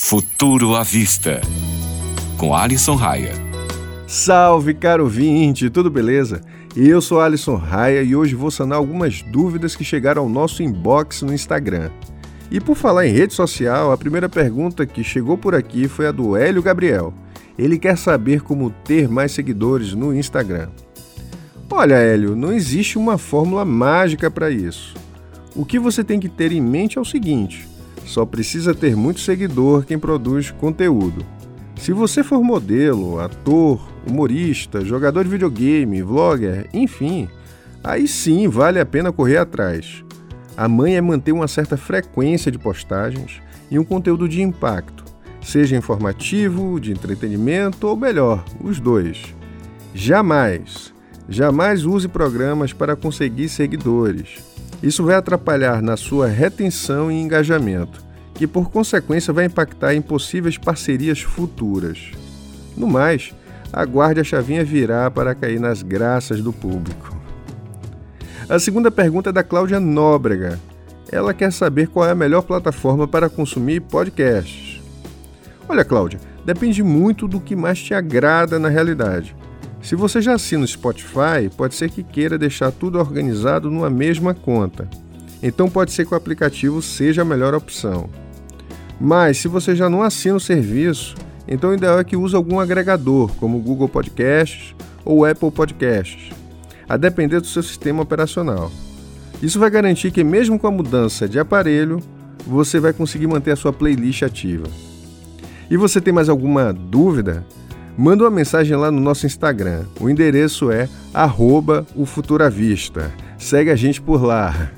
Futuro à Vista, com Alisson Raia. Salve, caro ouvinte, tudo beleza? Eu sou Alisson Raia e hoje vou sanar algumas dúvidas que chegaram ao nosso inbox no Instagram. E por falar em rede social, a primeira pergunta que chegou por aqui foi a do Hélio Gabriel. Ele quer saber como ter mais seguidores no Instagram. Olha, Hélio, não existe uma fórmula mágica para isso. O que você tem que ter em mente é o seguinte: só precisa ter muito seguidor quem produz conteúdo. Se você for modelo, ator, humorista, jogador de videogame, vlogger, enfim, aí sim vale a pena correr atrás. A manha é manter uma certa frequência de postagens e um conteúdo de impacto, seja informativo, de entretenimento ou melhor, os dois. Jamais use programas para conseguir seguidores. Isso vai atrapalhar na sua retenção e engajamento, que por consequência vai impactar em possíveis parcerias futuras. No mais, aguarde a chavinha virar para cair nas graças do público. A segunda pergunta é da Cláudia Nóbrega. Ela quer saber qual é a melhor plataforma para consumir podcasts. Olha, Cláudia, depende muito do que mais te agrada na realidade. Se você já assina o Spotify, pode ser que queira deixar tudo organizado numa mesma conta. Então pode ser que o aplicativo seja a melhor opção. Mas se você já não assina o serviço, então o ideal é que use algum agregador, como o Google Podcasts ou o Apple Podcasts, a depender do seu sistema operacional. Isso vai garantir que mesmo com a mudança de aparelho, você vai conseguir manter a sua playlist ativa. E você tem mais alguma dúvida? Manda uma mensagem lá no nosso Instagram. O endereço é @ofuturavista. Segue a gente por lá.